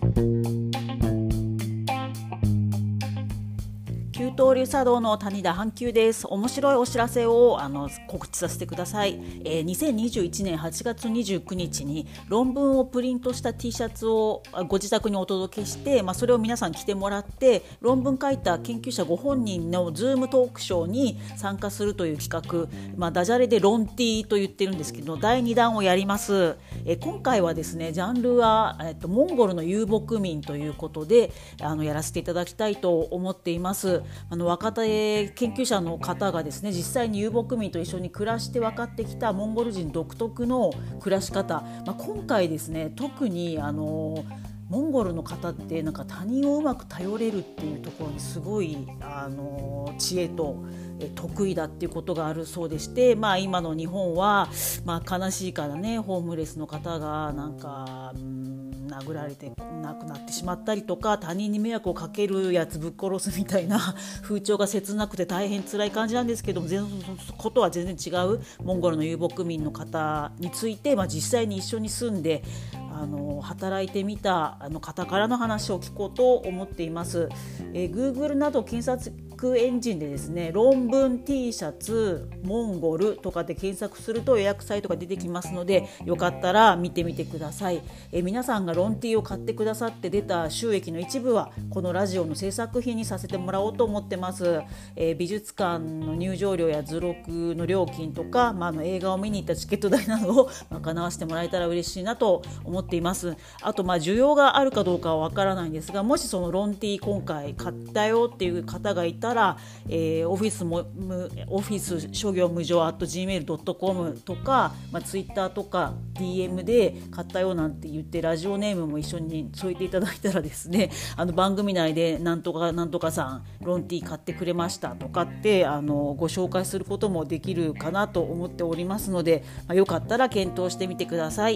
九刀流茶道の谷田阪急です。面白いお知らせを告知させてください。2021年8月29日に論文をプリントした T シャツをご自宅にお届けして、それを皆さん着てもらって論文書いた研究者ご本人のズームトークショーに参加するという企画、ダジャレでロンティーと言ってるんですけど、第2弾をやります。今回はですね、ジャンルは、モンゴルの遊牧民ということでやらせていただきたいと思っています。若手研究者の方がですね、実際に遊牧民と一緒に暮らして分かってきたモンゴル人独特の暮らし方、今回ですね、特にモンゴルの方ってなんか他人をうまく頼れるっていうところにすごい知恵と得意だっていうことがあるそうでして、今の日本は、悲しいからね、ホームレスの方がなんか殴られて亡くなってしまったりとか、他人に迷惑をかけるやつぶっ殺すみたいな風潮が切なくて大変辛い感じなんですけども、そのことは全然違うモンゴルの遊牧民の方について、実際に一緒に住んで働いてみた方からの話を聞こうと思っています。Google など検索エンジンでですね、論文 T シャツモンゴルとかで検索すると予約サイトが出てきますので、よかったら見てみてください。皆さんがロン T を買ってくださって出た収益の一部はこのラジオの制作費にさせてもらおうと思ってます。美術館の入場料や図録の料金とか、映画を見に行ったチケット代などを賄わせてもらえたら嬉しいなと思っています。あと需要があるかどうかはわからないんですが、もしそのロン T 今回買ったよっていう方がいたら、オフィス諸行無常 @gmail.com とか、Twitter とか DM で買ったよなんて言ってラジオネームも一緒に添えていただいたらですね、番組内でなんとかなんとかさんロン T 買ってくれましたとかってご紹介することもできるかなと思っておりますので、よかったら検討してみてください。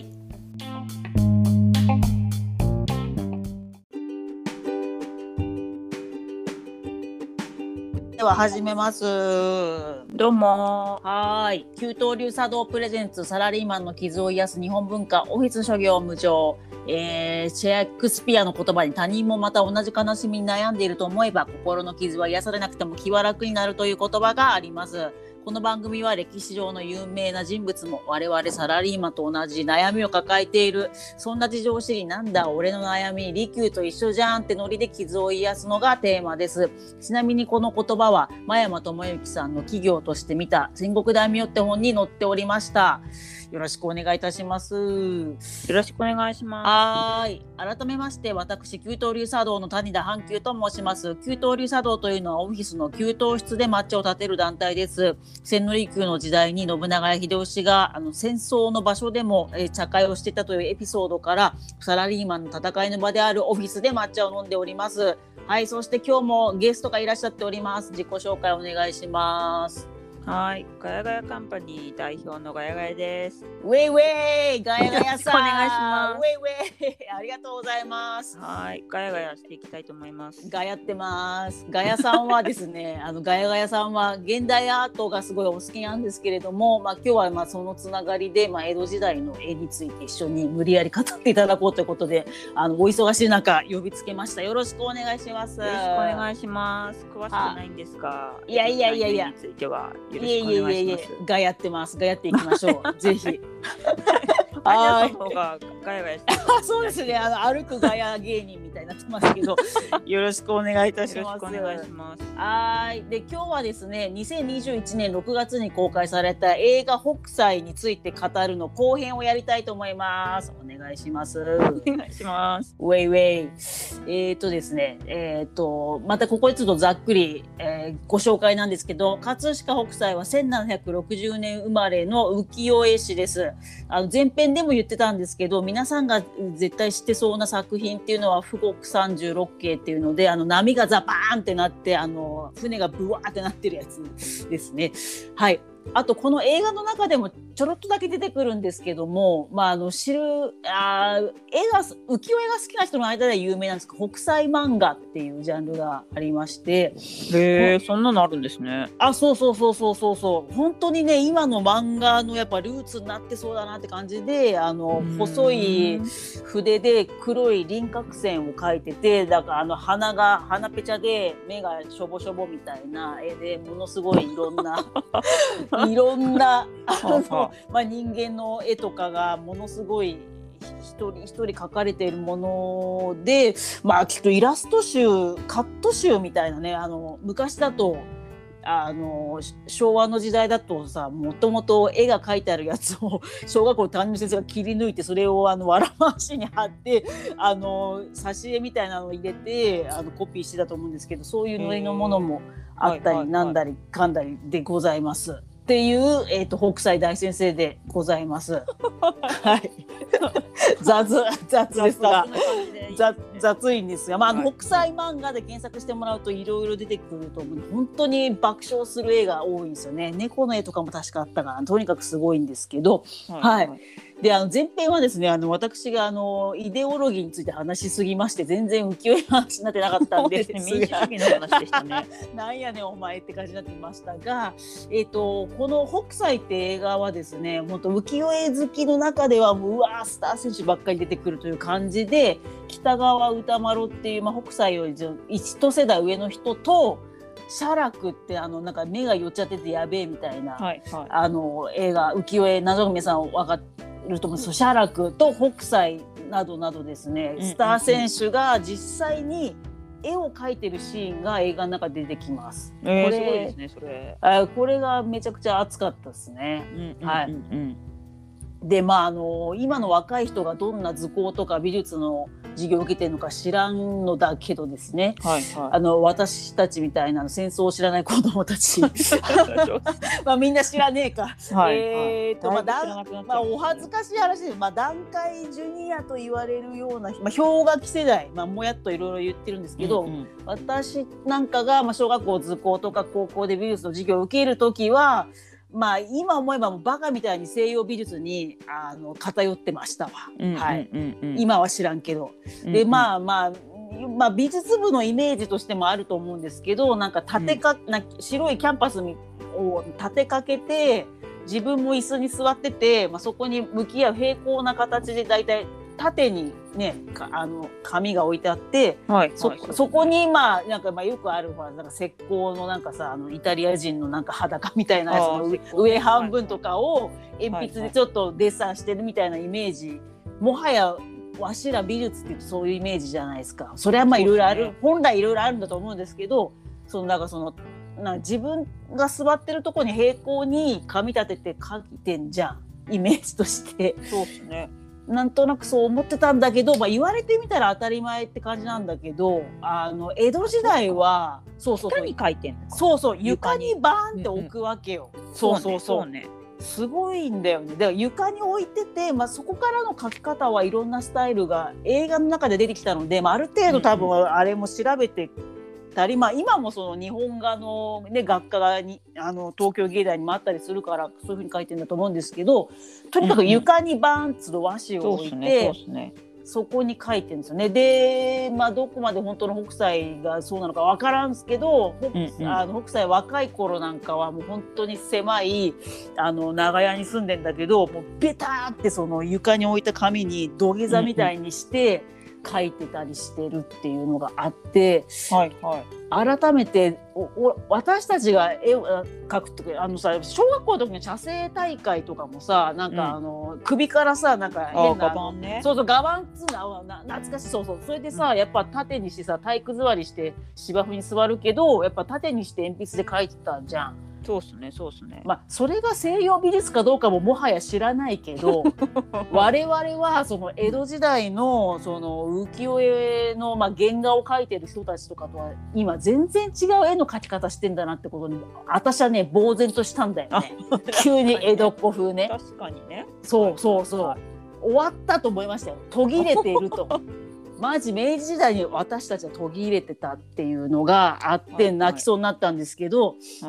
では始めます。 どうも。 はい。九刀流茶道プレゼンツサラリーマンの傷を癒す日本文化オフィス諸行無常。シェイクスピアの言葉に、他人もまた同じ悲しみに悩んでいると思えば心の傷は癒されなくても気は楽になるという言葉があります。この番組は歴史上の有名な人物も我々サラリーマンと同じ悩みを抱えている、そんな事情を知り、なんだ俺の悩み利休と一緒じゃんってノリで傷を癒すのがテーマです。ちなみにこの言葉は真山智之さんの企業として見た戦国大名って本に載っておりました。よろしくお願いいたします。よろしくお願いします。 はい。改めまして、私九刀流茶道の谷田阪急と申します。九刀流茶道というのはオフィスの給湯室で抹茶を立てる団体です。千利休の時代に信長や秀吉が戦争の場所でも茶会をしていたというエピソードから、サラリーマンの戦いの場であるオフィスで抹茶を飲んでおります。はい。そして今日もゲストがいらっしゃっております。自己紹介お願いします。 はい、ガヤガヤカンパニー代表のガヤガヤです。 ウェイウェイ、ガヤガヤさん。 お願いします。 ウェイウェイ、ありがとうございます。 はい、ガヤガヤしていきたいと思います。 ガヤってます。ガヤさんはですね、ガヤガヤさんは現代アートがすごいお好きなんですけれども、今日はそのつながりで、江戸時代の絵について一緒に無理やり語っていただこうということで、お忙しい中呼びつけました。よろしくお願いします。 よろしくお願いします。詳しくないんですが、 いやいやいやいや、 についてはよろしくお願いします。 ガヤってます。ガヤっていきましょう。ぜひ。 アニャさんの方がガヤガヤしてます、ね。 そうですね。歩くガヤ芸人みたいになってますけど、よろしくお願いいたします。 よろしくお願いします。 はい。で、今日はですね、2021年6月に公開された映画北斎について語るの後編をやりたいと思います。お願いします。 お願いします。 ウェイウェイ。ですね、またここでちょっとざっくり、ご紹介なんですけど、葛飾北斎は1760年生まれの浮世絵師です。前編でも言ってたんですけど、皆さんが絶対知ってそうな作品っていうのは富国36景っていうので、波がザバーンってなって船がブワーってなってるやつですね。はい。 あとこの映画の中でもちょろっとだけ出てくるんですけども、知る浮世絵が好きな人の間では有名なんですけど、北斎漫画っていうジャンルがありまして。 へえ、そんなのあるんですね。 そう本当にね、今の漫画のやっぱルーツになってそうだなって感じで、細い筆で黒い輪郭線を描いてて、だから鼻ペチャで目がしょぼしょぼみたいな絵で、ものすごいいろんないろんな人間の絵とかがものすごい一人一人描かれているもので、きっとイラスト集、カット集みたいなね、昔だと昭和の時代だとさ、もともと絵が描いてあるやつを小学校の担任の先生が切り抜いて、それをわら回しに貼って挿絵みたいなのを入れてコピーしてたと思うんですけど、そういうのりのものもあったりなんだりかんだりでございますっていう、北斎大先生でございます。はい。雑ですが雑いんですが、北斎漫画で検索してもらうといろいろ出てくると思う。本当に爆笑する絵が多いんですよね。猫の絵とかも確かあったかな。とにかくすごいんですけど、で前編はですね、私がイデオロギーについて話しすぎまして、全然浮世絵の話になってなかったんで、 民主主義の話でしたね。 なんやねんお前って感じになっていましたが、この北斎って映画はですね、本当浮世絵好きの中ではスター選手ばっかり出てくるという感じで、北川歌麿っていう、北斎より一世代上の人と、写楽ってなんか目が寄っちゃっててやべえみたいな、映画、浮世絵、謎の皆さん分かると思うんです。写楽と北斎などなどですね、スター選手が実際に絵を描いてるシーンが映画の中で出てきます。 すごいですね、それ。 これがめちゃくちゃ熱かったですね。で今の若い人がどんな図工とか美術の授業を受けてるのか知らんのだけどですね、私たちみたいな戦争を知らない子どもたちみんな知らねえか、お恥ずかしい話で、団塊ジュニアと言われるような、氷河期世代、もやっといろいろ言ってるんですけど、私なんかが、小学校図工とか高校で美術の授業を受けるときは、今思えばもうバカみたいに西洋美術に偏ってましたわ。今は知らんけど、で美術部のイメージとしてもあると思うんですけど、なんか白いキャンパスを立てかけて、自分も椅子に座ってて、そこに向き合う平行な形で、だいたい縦にね紙が置いてあって、そこになんかよくあるなんか石膏のなんかさ、イタリア人のなんか裸みたいなやつの上半分とかを鉛筆でちょっとデッサンしてるみたいなイメージ、もはやわしら美術って言うとそういうイメージじゃないですか。それはいろいろある、本来いろいろあるんだと思うんですけど、自分が座ってるとこに平行に紙立てて描いてんじゃん、イメージとして。 そうですね。 なんとなくそう思ってたんだけど、言われてみたら当たり前って感じなんだけど、江戸時代は床に書いてんのか。 床にバーンって置くわけよ。すごいんだよね。だから床に置いてて、そこからの描き方はいろんなスタイルが映画の中で出てきたので、ある程度多分あれも調べてたり、今もその日本画の、学科が東京芸大にもあったりするから、そういう風に書いてるんだと思うんですけど、とにかく床にバーンと和紙を置いて、そこに書いてるんですよね。で、どこまで本当の北斎がそうなのか分からんすけど、北斎若い頃なんかはもう本当に狭い長屋に住んでんだけど、もうベターってその床に置いた紙に土下座みたいにして、書いてたりしてるっていうのがあって、改めて私たちが絵を描くとき、小学校の時の写生大会とかもさ、なんか首からさ、なんか変な画板っつうの懐かしい。それでさ、やっぱ縦にしてさ、体育座りして芝生に座るけど、やっぱ縦にして鉛筆で描いてたじゃん。 そうっすね。 それが西洋美術かどうかももはや知らないけど我々はその江戸時代のその浮世絵の原画を描いてる人たちとかとは今全然違う絵の描き方してんだなってことに、私はね呆然としたんだよね急に江戸っ子風ね。 確かにね。 そう終わったと思いましたよ。途切れているとマジ明治時代に私たちは途切れてたっていうのがあって泣きそうになったんですけど、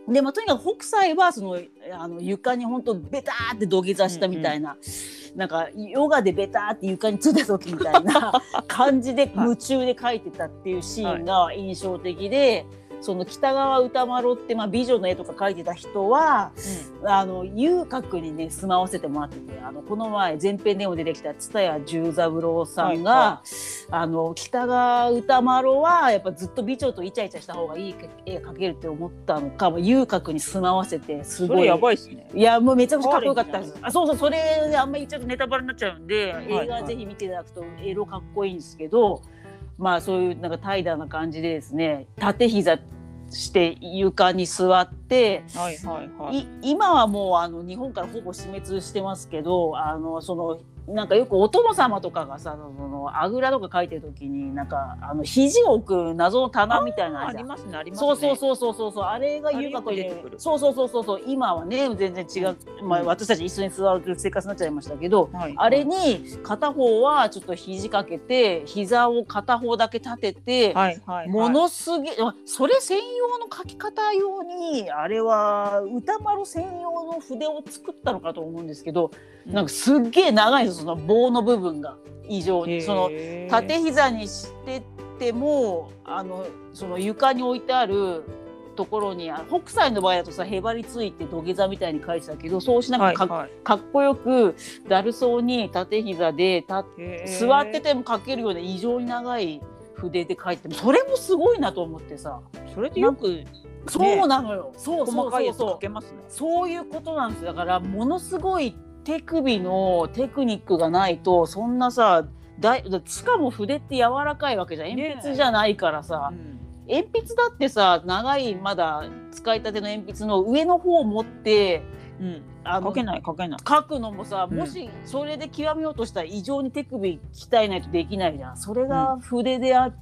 で、とにかく北斎はその床に本当ベターって土下座したみたいな、なんかヨガでベターって床についた時みたいな感じで夢中で描いてたっていうシーンが印象的で、その北川歌麿って、美女の絵とか描いてた人は、遊郭にね住まわせてもらってて、この前前編でも出てきた蔦谷十三郎さんが、北川歌麿はやっぱずっと美女とイチャイチャした方がいい絵描けるって思ったのか、遊郭に住まわせて、すごい、 それやばいっすね。 いやもうめちゃくちゃかっこよかったです。そうそう、それであんまり言っちゃうとネタバレになっちゃうんで、映画ぜひ見ていただくとエロかっこいいんですけど、そういうなんか怠惰な感じでですね、縦膝して床に座って、今はもう日本からほぼ死滅してますけど、そのなんかよくお殿様とかがさ、そのあぐらとか書いてる時になんか肘を置く謎の棚みたいなのありますね、ありますね。 ね。 そうあれが遊郭で、そう今はね全然違う、私たち一緒に座る生活になっちゃいましたけど、あれに片方はちょっと肘掛けて膝を片方だけ立てて、ものすげえ、それ専用の書き方用にあれは歌麿専用の筆を作ったのかと思うんですけど、なんかすっげえ長いんですよ、その棒の部分が異常に。その縦膝にしててもその床に置いてあるところに、北斎の場合だとさへばりついて土下座みたいに書いてたけど、そうしなくてかっこよくだるそうに縦膝で座ってても書けるような異常に長い筆で書いても、それもすごいなと思ってさ。 それでよくそうなのよ。 細かいやつ書けますね。 そういうことなんですよ。だからものすごい手首のテクニックがないと、そんなさしかも筆って柔らかいわけじゃん、鉛筆じゃないからさ、鉛筆だってさ、長いまだ使いたての鉛筆の上の方を持って、 書けない書くのもさ、もしそれで極めようとしたら異常に手首鍛えないとできないじゃん。それが筆であって、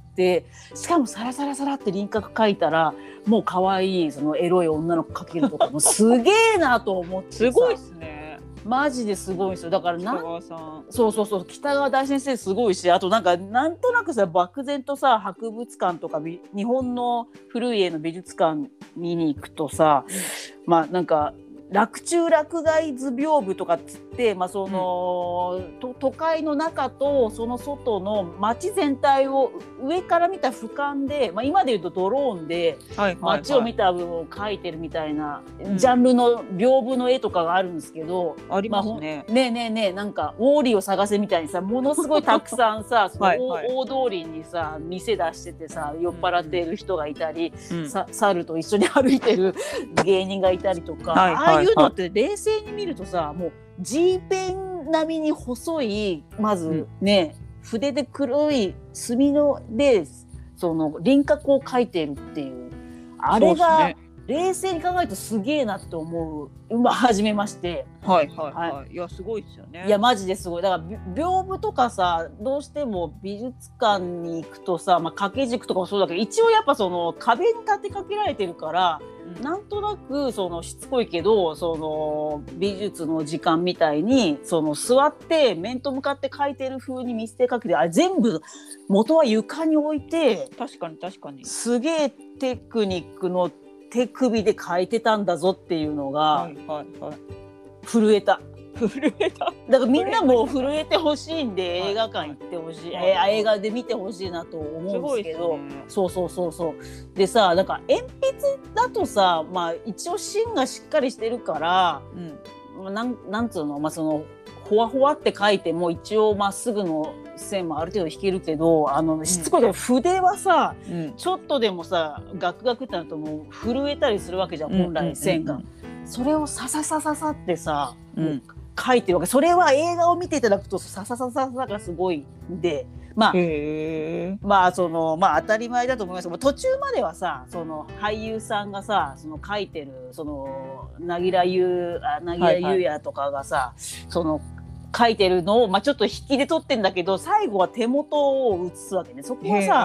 しかもサラサラサラって輪郭描いたらもう可愛いそのエロい女の子描けるとかもすげえなと思ってさすごいっすね。 マジですごいんですよ。だからそう北川大先生すごいし、あとなんとなくさ漠然とさ博物館とか日本の古い絵の美術館見に行くとさ、なんか洛中洛外図屏風とかっつって、その、都会の中とその外の街全体を上から見た俯瞰で、今でいうとドローンで街を見た部分を描いてるみたいなジャンルの屏風の絵とかがあるんですけど、 ありますね。 ねえなんかウォーリーを探せみたいにさ、ものすごいたくさんさその大通りにさ店出しててさ、酔っ払っている人がいたり、猿と一緒に歩いてる芸人がいたりとか、ああいうのって冷静に見るとさ、もう G ペン並みに細い、まずね、筆で黒い墨のでその輪郭を描いてるっていう、あれが冷静に考えるとすげえなって思う。初めまして。 いやすごいですよね。 いやマジですごい。だから屏風とかさ、どうしても美術館に行くとさ、掛け軸とかもそうだけど、一応やっぱその壁に立てかけられてるから、なんとなくそのしつこいけど、その美術の時間みたいにその座って面と向かって描いてる風に見せて描くで、あれ全部元は床に置いて、 確かにすげえテクニックの手首で描いてたんだぞっていうのが震えた。だからみんなも震えてほしいんで、映画館行ってほしい、映画で見てほしいなと思うんですけど、そうでさ、なんか鉛筆だとさ、一応芯がしっかりしてるから、なんつうの、そのほわほわって書いても一応まっすぐの線もある程度引けるけど、しつこいけど筆はさ、ちょっとでもさガクガクってなるともう震えたりするわけじゃん、本来線が。それをサササササってさ、書いてるわけ。それは映画を見ていただくとサササササがすごいんで、その当たり前だと思いますけど、途中まではさ、その俳優さんがさ、その書いてるその凪良優也とかがさ、その書いてるのをちょっと引きで撮ってんだけど、最後は手元を写すわけね。そこはさ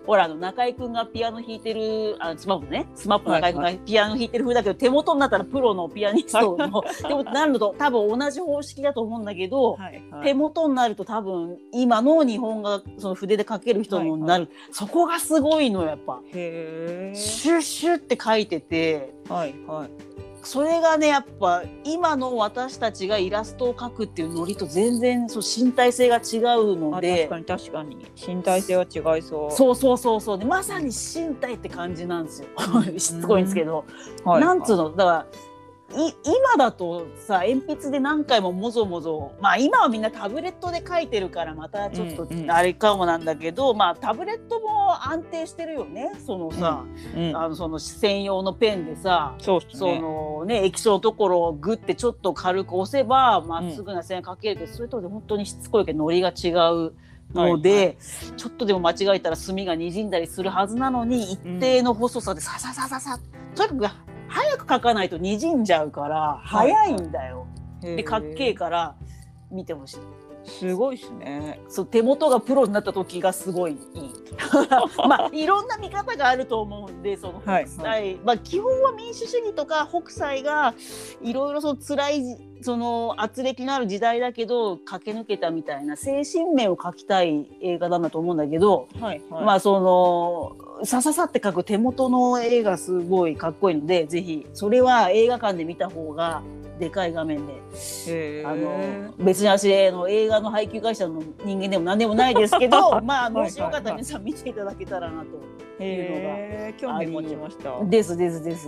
ほら中居君がピアノ弾いてるスマップの中居君がピアノ弾いてる風だけど、手元になったらプロのピアニストの手元になるのと多分同じ方式だと思うんだけど、手元になると多分今の日本がその筆で描ける人になる、そこがすごいのやっぱ。へー、シュッシュって描いてて、それがねやっぱ今の私たちがイラストを描くっていうノリと全然そう身体性が違うので、 確かに身体性は違いそう。 そうでまさに身体って感じなんですよしつこいんですけど、なんつうのだから今だとさ鉛筆で何回ももぞもぞ、まあ今はみんなタブレットで書いてるからまたちょっとあれかもなんだけど、まあタブレットも安定してるよね。そのさ、その専用のペンでさ、そのね液晶のところをグッてちょっと軽く押せばまっすぐな線描けるけど、それとで本当にしつこいけどノリが違うので、ちょっとでも間違えたら墨がにじんだりするはずなのに一定の細さでさとにかく早く描かないとにじんじゃうから早いんだよ。でかっけえから見てほしい。 すごいですね。 そう手元がプロになった時がすごいいいまあいろんな見方があると思うんで、その北斎、まあ基本は民主主義とか北斎がいろいろその辛いその圧力のある時代だけど駆け抜けたみたいな精神面を描きたい映画だなと思うんだけど、まあそのさって描く手元の絵がすごいかっこいいので、ぜひそれは映画館で見た方がでかい画面で、別に私映画の配給会社の人間でも何でもないですけどまあもしよかったら皆さん見ていただけたらなというのが興味持ちました。 です。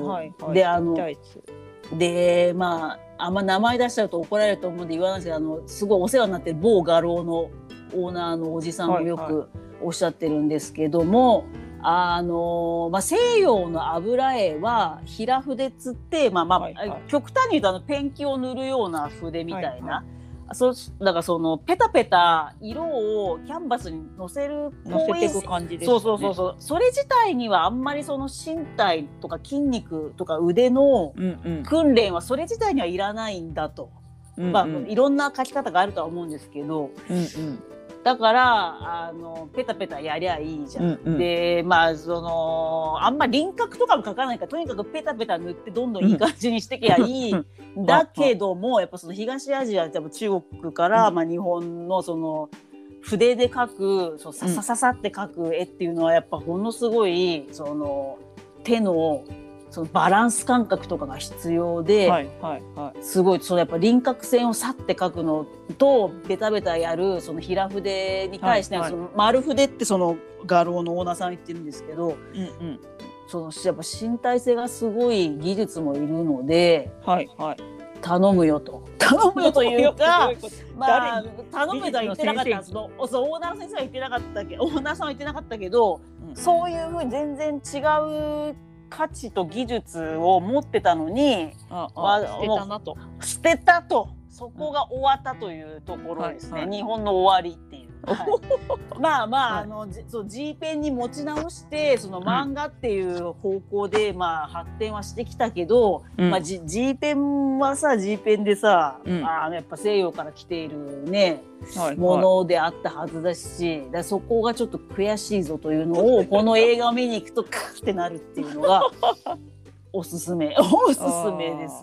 でまああんま名前出しちゃうと怒られると思うんで言わないですけど、すごいお世話になってる某画廊のオーナーのおじさんもよくおっしゃってるんですけども、まあ、西洋の油絵は平筆つって、極端に言うとペンキを塗るような筆みたいな、だからそのペタペタ色をキャンバスに乗せていく感じですね。それ自体にはあんまりその身体とか筋肉とか腕の訓練はそれ自体にはいらないんだと、いろんな描き方があるとは思うんですけど、だからペタペタやりゃいいじゃん。でまあそのあんま輪郭とかも描かないからとにかくペタペタ塗ってどんどんいい感じにしてきゃいいだけども、やっぱその東アジアでも中国から、日本のその筆で描くさって描く絵っていうのはやっぱものすごいその手のそのバランス感覚とかが必要で、すごいそのやっぱ輪郭線をさって描くのとベタベタやるその平筆に対して、その丸筆ってその画廊のオーナーさん言ってるんですけど、そのやっぱ身体性がすごい技術もいるので、頼むよというかまあ頼むとは言ってなかったんです。オーナー先生は言ってなかったけど、オーナーさんは言ってなかったけど、そういうふうに全然違う価値と技術を持ってたのに捨てたと、そこが終わったというところですね、日本の終わりっていう。G ペンに持ち直してその漫画っていう方向で発展はしてきたけど、G ペンはさ G ペンでさ、やっぱ西洋から来ているね、ものであったはずだし、そこがちょっと悔しいぞというのをこの映画を見に行くとクッってなるっていうのがおすすめです。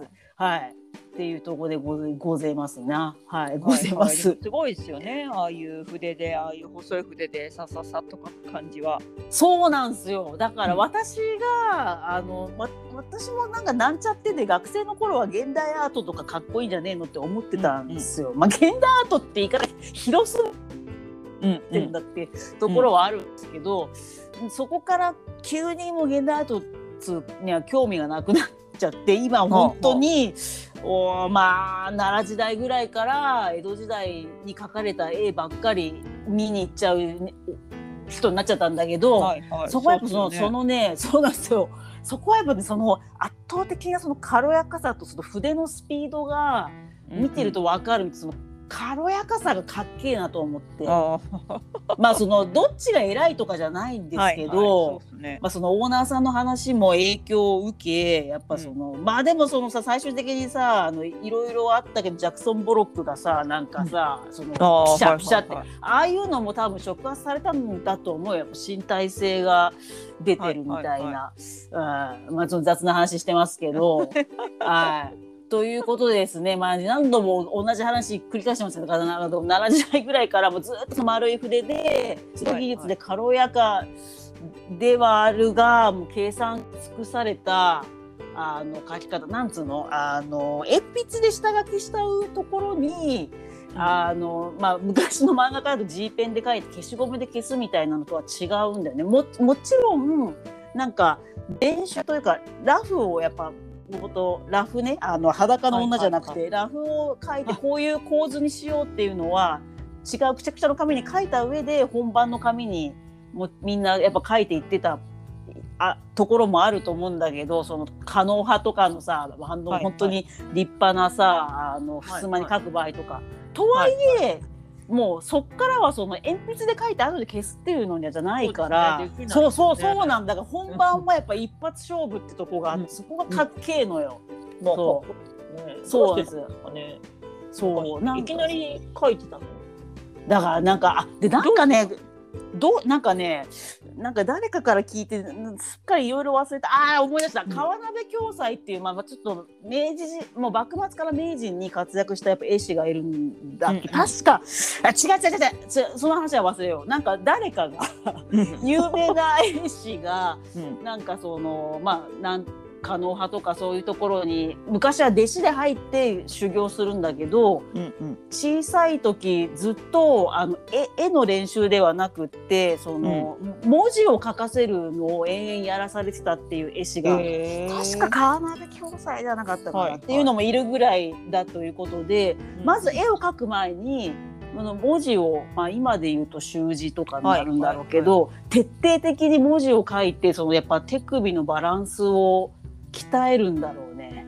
っていうところでございますな。ございます。 すごいですよね。ああいう筆で、ああいう細い筆でさとか感じは。 そうなんですよ。だから私が、私もなんちゃってで学生の頃は現代アートとかかっこいいんじゃねえのって思ってたんですよ。現代アートって言い方広すぎてんだってところはあるんですけど、そこから急にもう現代アートには興味がなくなっちゃって、今本当に奈良時代ぐらいから江戸時代に描かれた絵ばっかり見に行っちゃう人になっちゃったんだけど、そこはやっぱそのね、そうなんですよ。そこはやっぱその圧倒的なその軽やかさとその筆のスピードが見てると分かる、その軽やかさがかっけえなと思って、 あまあそのどっちが偉いとかじゃないんですけど、 そうですね。 まあそのオーナーさんの話も影響を受け、やっぱその、まあでもそのさ、最終的にさ、いろいろあったけどジャクソン・ボロックがさ、なんかさ、そのピシャピシャって、ああいうのも多分触発されたんだと思うよ。やっぱ身体性が出てるみたいな、まあその雑な話してますけど、はい。ということでですね、まあ、何度も同じ話繰り返してますけど、奈良時代ぐらいからもずっと丸い筆で、技術で軽やかではあるが、もう計算尽くされた書き方、なんつうの、鉛筆で下書きしたところに、まあ、昔の漫画家だと G ペンで書いて消しゴムで消すみたいなのとは違うんだよね。もちろんなんか練習というかラフをやっぱラフね、裸の女じゃなくて、ラフを書いてこういう構図にしようっていうのは違うくちゃくちゃの紙に書いた上で本番の紙にもみんなやっぱ書いていってたところもあると思うんだけど、その狩野派とかのさ、本当に立派なさ襖に書く場合とか、とはいえ、もうそっからはその鉛筆で書いて後で消すっていうのじゃないから、そうなんだから本番はやっぱ一発勝負ってとこがあって、そこがかっけえのよ。そうですね。そういきなり書いてたの。 だからなんかなんか誰かから聞いてすっかりいろいろ忘れた。思い出した。川鍋暁斎っていう、まあちょっともう幕末から明治に活躍したやっぱ絵師がいるんだっけ、確か違うその話は忘れよう。なんか誰かが有名な絵師がなんかそのまあ狩野派とかそういうところに昔は弟子で入って修行するんだけど、小さい時ずっと絵の練習ではなくってその、文字を書かせるのを延々やらされてたっていう絵師が、確か川鍋暁斎じゃなかったかなっていうのもいるぐらいだということで、まず絵を描く前に文字を、まあ、今で言うと習字とかになるんだろうけど、徹底的に文字を書いてそのやっぱ手首のバランスを鍛えるんだろうね。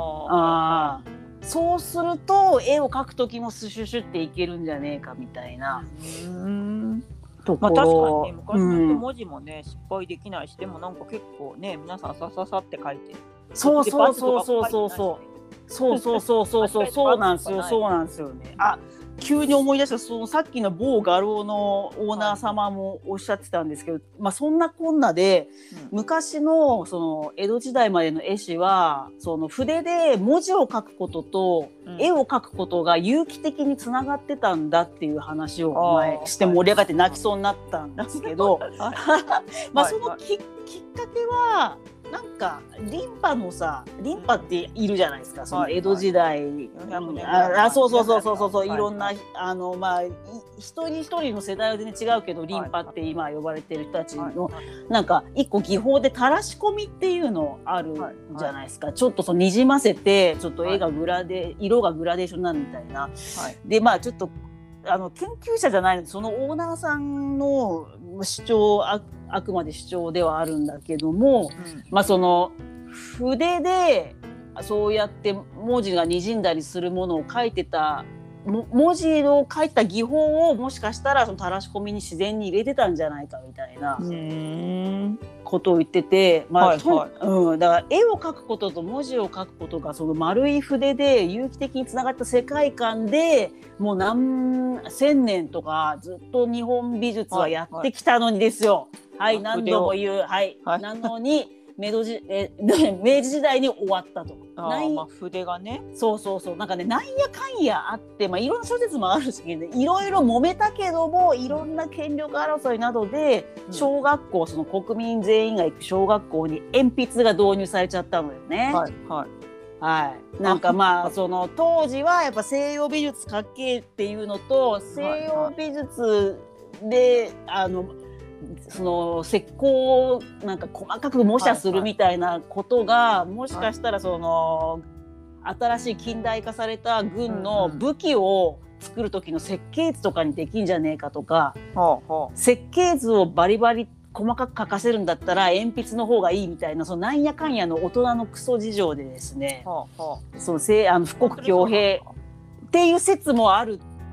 そうすると絵を描く時もスシュシュっていけるんじゃねえかみたいなところ。 まあ、確かにね、昔の人文字もね、失敗できないし、でもなんか結構ね、皆さんさって書いて、 そうなんですよね。急に思い出した。そのさっきの某画廊のオーナー様もおっしゃってたんですけど、まあそんなこんなで、昔のその江戸時代までの絵師はその筆で文字を書くことと絵を描くことが有機的につながってたんだっていう話を前して盛り上がって泣きそうになったんですけど、まあそのきっかけはなんかリンパっているじゃないですか、その江戸時代、そういろんなまあ一人一人の世代は全然違うけど、リンパって今呼ばれてる人たちのなんか一個技法で垂らし込みっていうのあるじゃないですか。ちょっとにじませてちょっと色がグラデーションなんみたいな。でまあちょっと研究者じゃないのでそのオーナーさんの主張あくまで主張ではあるんだけども、まあその筆でそうやって文字がにじんだりするものを書いてた文字を書いた技法をもしかしたらその垂らし込みに自然に入れてたんじゃないかみたいなことを言ってて、まあだから絵を描くことと文字を書くことがその丸い筆で有機的につながった世界観でもう何千年とかずっと日本美術はやってきたのにですよ。何度も言う。なのに明治時代に終わったと。 筆がね。 なんかね、なんやかんやあって、まあいろんな諸説もあるし、いろいろ揉めたけども、いろんな権力争いなどで、小学校、その国民全員が行く小学校に鉛筆が導入されちゃったのよね。なんかまあその当時はやっぱ西洋美術かっけえっていうのと、西洋美術でその石膏をなんか細かく模写するみたいなことが、もしかしたらその新しい近代化された軍の武器を作る時の設計図とかにできんじゃねえかとか、設計図をバリバリ細かく書かせるんだったら鉛筆の方がいいみたいな、そのなんやかんやの大人のクソ事情でですね、その富国強兵っていう説もある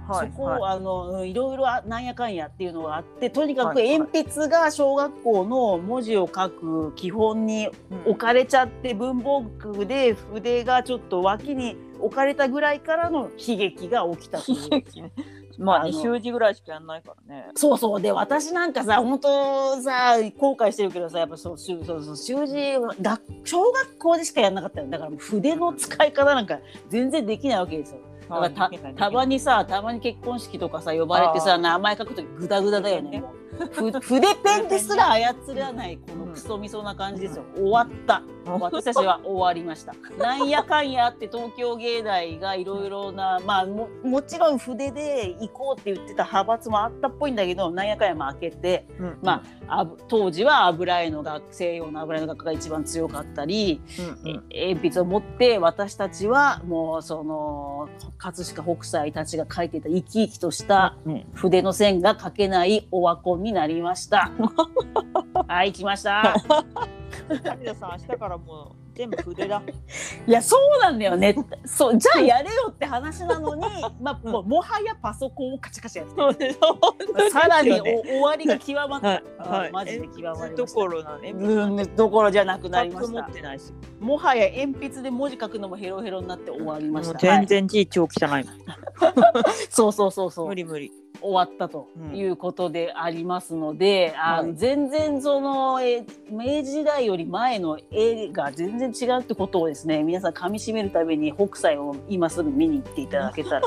はいそこを、 はいいろいろなんやかんやっていうのがあって、とにかくはいはい鉛筆が小学校の文字を書く基本に置かれちゃって、文房具で筆がちょっと脇に置かれたぐらいからの悲劇が起きたという。 悲劇ね。まあね、 あの習字ぐらいしかやんないからね。 そうそうで、私なんかさ本当さ後悔してるけどさ、やっぱそう習字小学校でしかやんなかったよ。だからもう筆の使い方なんか全然できないわけですよ。だからたまに結婚式とかさ呼ばれてさ、名前書くときグダグダだよね。もう筆ペンですら操らないこのクソみそな感じですよ。終わった。私たちは終わりました。なんやかんやって東京芸大がいろいろな、まあ もちろん筆で行こうって言ってた派閥もあったっぽいんだけど、なんやかんや負けて、まあ当時は西洋の油絵の学が一番強かったり、鉛筆を持って私たちはもうその葛飾北斎たちが描いていた生き生きとした筆の線が描けないオワコンになりました。はい来ました。 谷田さん明日からもう全部筆だ。 いやそうなんだよね。そうじゃあやれよって話なのに、まあもはやパソコンをカチャカチャやってる。さらに終わりが極まった。マジで極まりました。 どころなね。 どころじゃなくなりました。 持ってないし。 もはや鉛筆で文字書くのもヘロヘロになって終わりました。 全然字超汚いもん。 そう。 無理。 終わったということでありますので、全然その明治時代より前の絵が全然違うってことをですね、皆さん噛み締めるために北斎を今すぐ見に行っていただけたら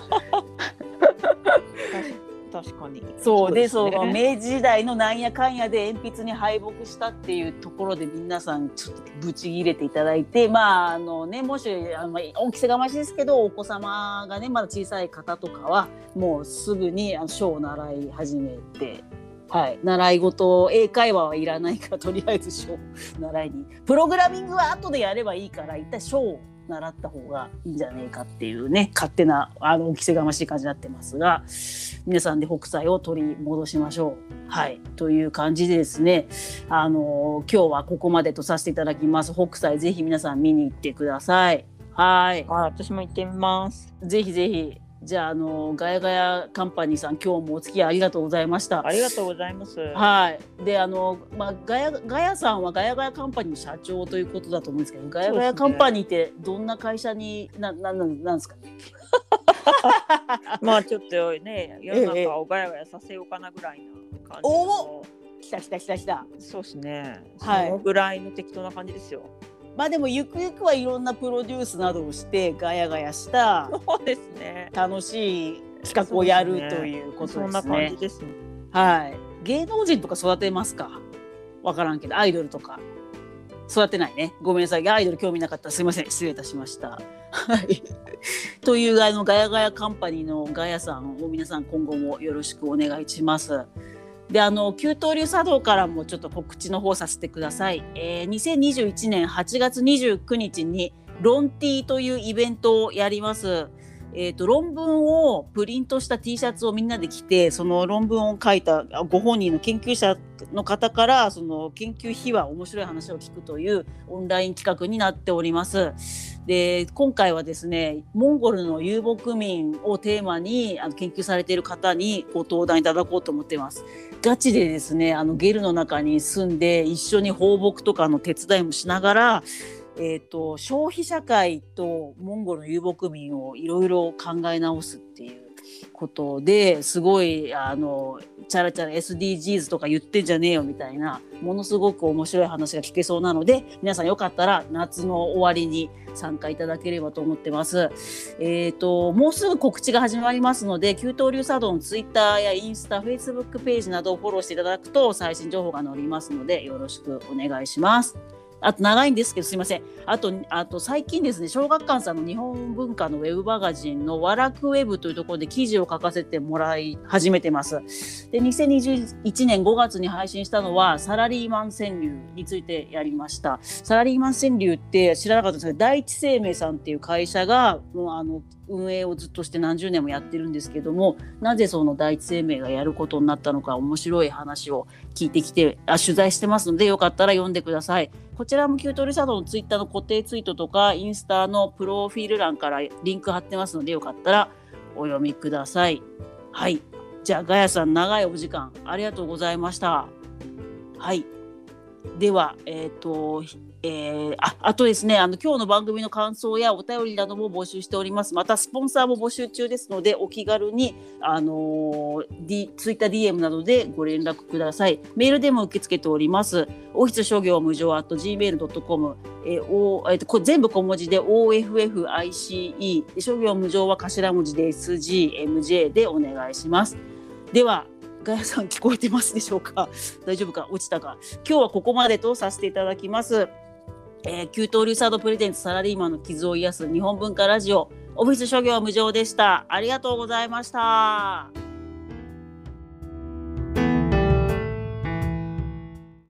確かにそうで、その明治時代のなんやかんやで鉛筆に敗北したっていうところで皆さんちょっとブチ切れていただいて、もし大きさがましですけどお子様がねまだ小さい方とかはもうすぐに書を習い始めて、習い事英会話はいらないからとりあえず書を習いに、プログラミングは後でやればいいから一体書を習った方がいいんじゃないかっていうね、勝手なお着せがましい感じになってますが、皆さんで北斎を取り戻しましょう。という感じでですね、今日はここまでとさせていただきます。北斎ぜひ皆さん見に行ってください。 私も行ってみます。 ぜひぜひ。じゃあガヤガヤカンパニーさん今日もお付き合いありがとうございました。 ありがとうございます。 でガヤさんはガヤガヤカンパニーの社長ということだと思うんですけど、ガヤガヤカンパニーってどんな会社になんですかね。 まあちょっとね世の中をガヤガヤさせようかなぐらいな感じの。 来た。 そうですね。そのぐらいの適当な感じですよ。 でもゆくゆくはいろんなプロデュースなどをしてガヤガヤしたそうですね、 楽しい企画をやるということですね。 そんな感じですね。 芸能人とか育てますか？わからんけどアイドルとか育てないね。ごめんなさい、アイドル興味なかったらすいません、失礼いたしました。というガヤガヤカンパニーのガヤさんを皆さん今後もよろしくお願いします。で給湯流茶道からもちょっと告知の方させてください。2021年8月29日にロンティーというイベントをやります。論文をプリントした T シャツをみんなで着て、その論文を書いたご本人の研究者の方からその研究秘話面白い話を聞くというオンライン企画になっております。で今回はですねモンゴルの遊牧民をテーマに研究されている方にご登壇いただこうと思っています。ガチでですねゲルの中に住んで一緒に放牧とかの手伝いもしながら消費社会とモンゴルの遊牧民をいろいろ考え直すっていうことですごいチャラチャラ SDGs とか言ってんじゃねえよみたいなものすごく面白い話が聞けそうなので、皆さんよかったら夏の終わりに参加いただければと思ってます。もうすぐ告知が始まりますので、給湯流茶道のツイッターやインスタ、フェイスブックページなどをフォローしていただくと最新情報が載りますのでよろしくお願いします。あと長いんですけどすいません。あと最近ですね、小学館さんの日本文化のウェブマガジンのワラクウェブというところで記事を書かせてもらい始めてます。で、2021年5月に配信したのはサラリーマン川柳についてやりました。サラリーマン川柳って知らなかったんですけど、第一生命さんっていう会社がもう運営をずっとして何十年もやってるんですけども、なぜその第一生命がやることになったのか面白い話を聞いてきて取材してますのでよかったら読んでください。こちらも給湯流茶道のツイッターの固定ツイートとかインスタのプロフィール欄からリンク貼ってますのでよかったらお読みください。はい。じゃあガヤさん、長いお時間ありがとうございました。はい。では、あとですね、今日の番組の感想やお便りなども募集しております。またスポンサーも募集中ですので、お気軽に、Twitter DM などでご連絡ください。メールでも受け付けております。オフィス諸行無常 @gmail.com、全部小文字で OFFICE、諸行無常は頭文字で SGMJ でお願いします。では、ガヤさん聞こえてますでしょうか？大丈夫か？落ちたか？今日はここまでとさせていただきます。給湯流サードプレゼンツサラリーマンの傷を癒す日本文化ラジオ、オフィス諸行無常でした。ありがとうございました。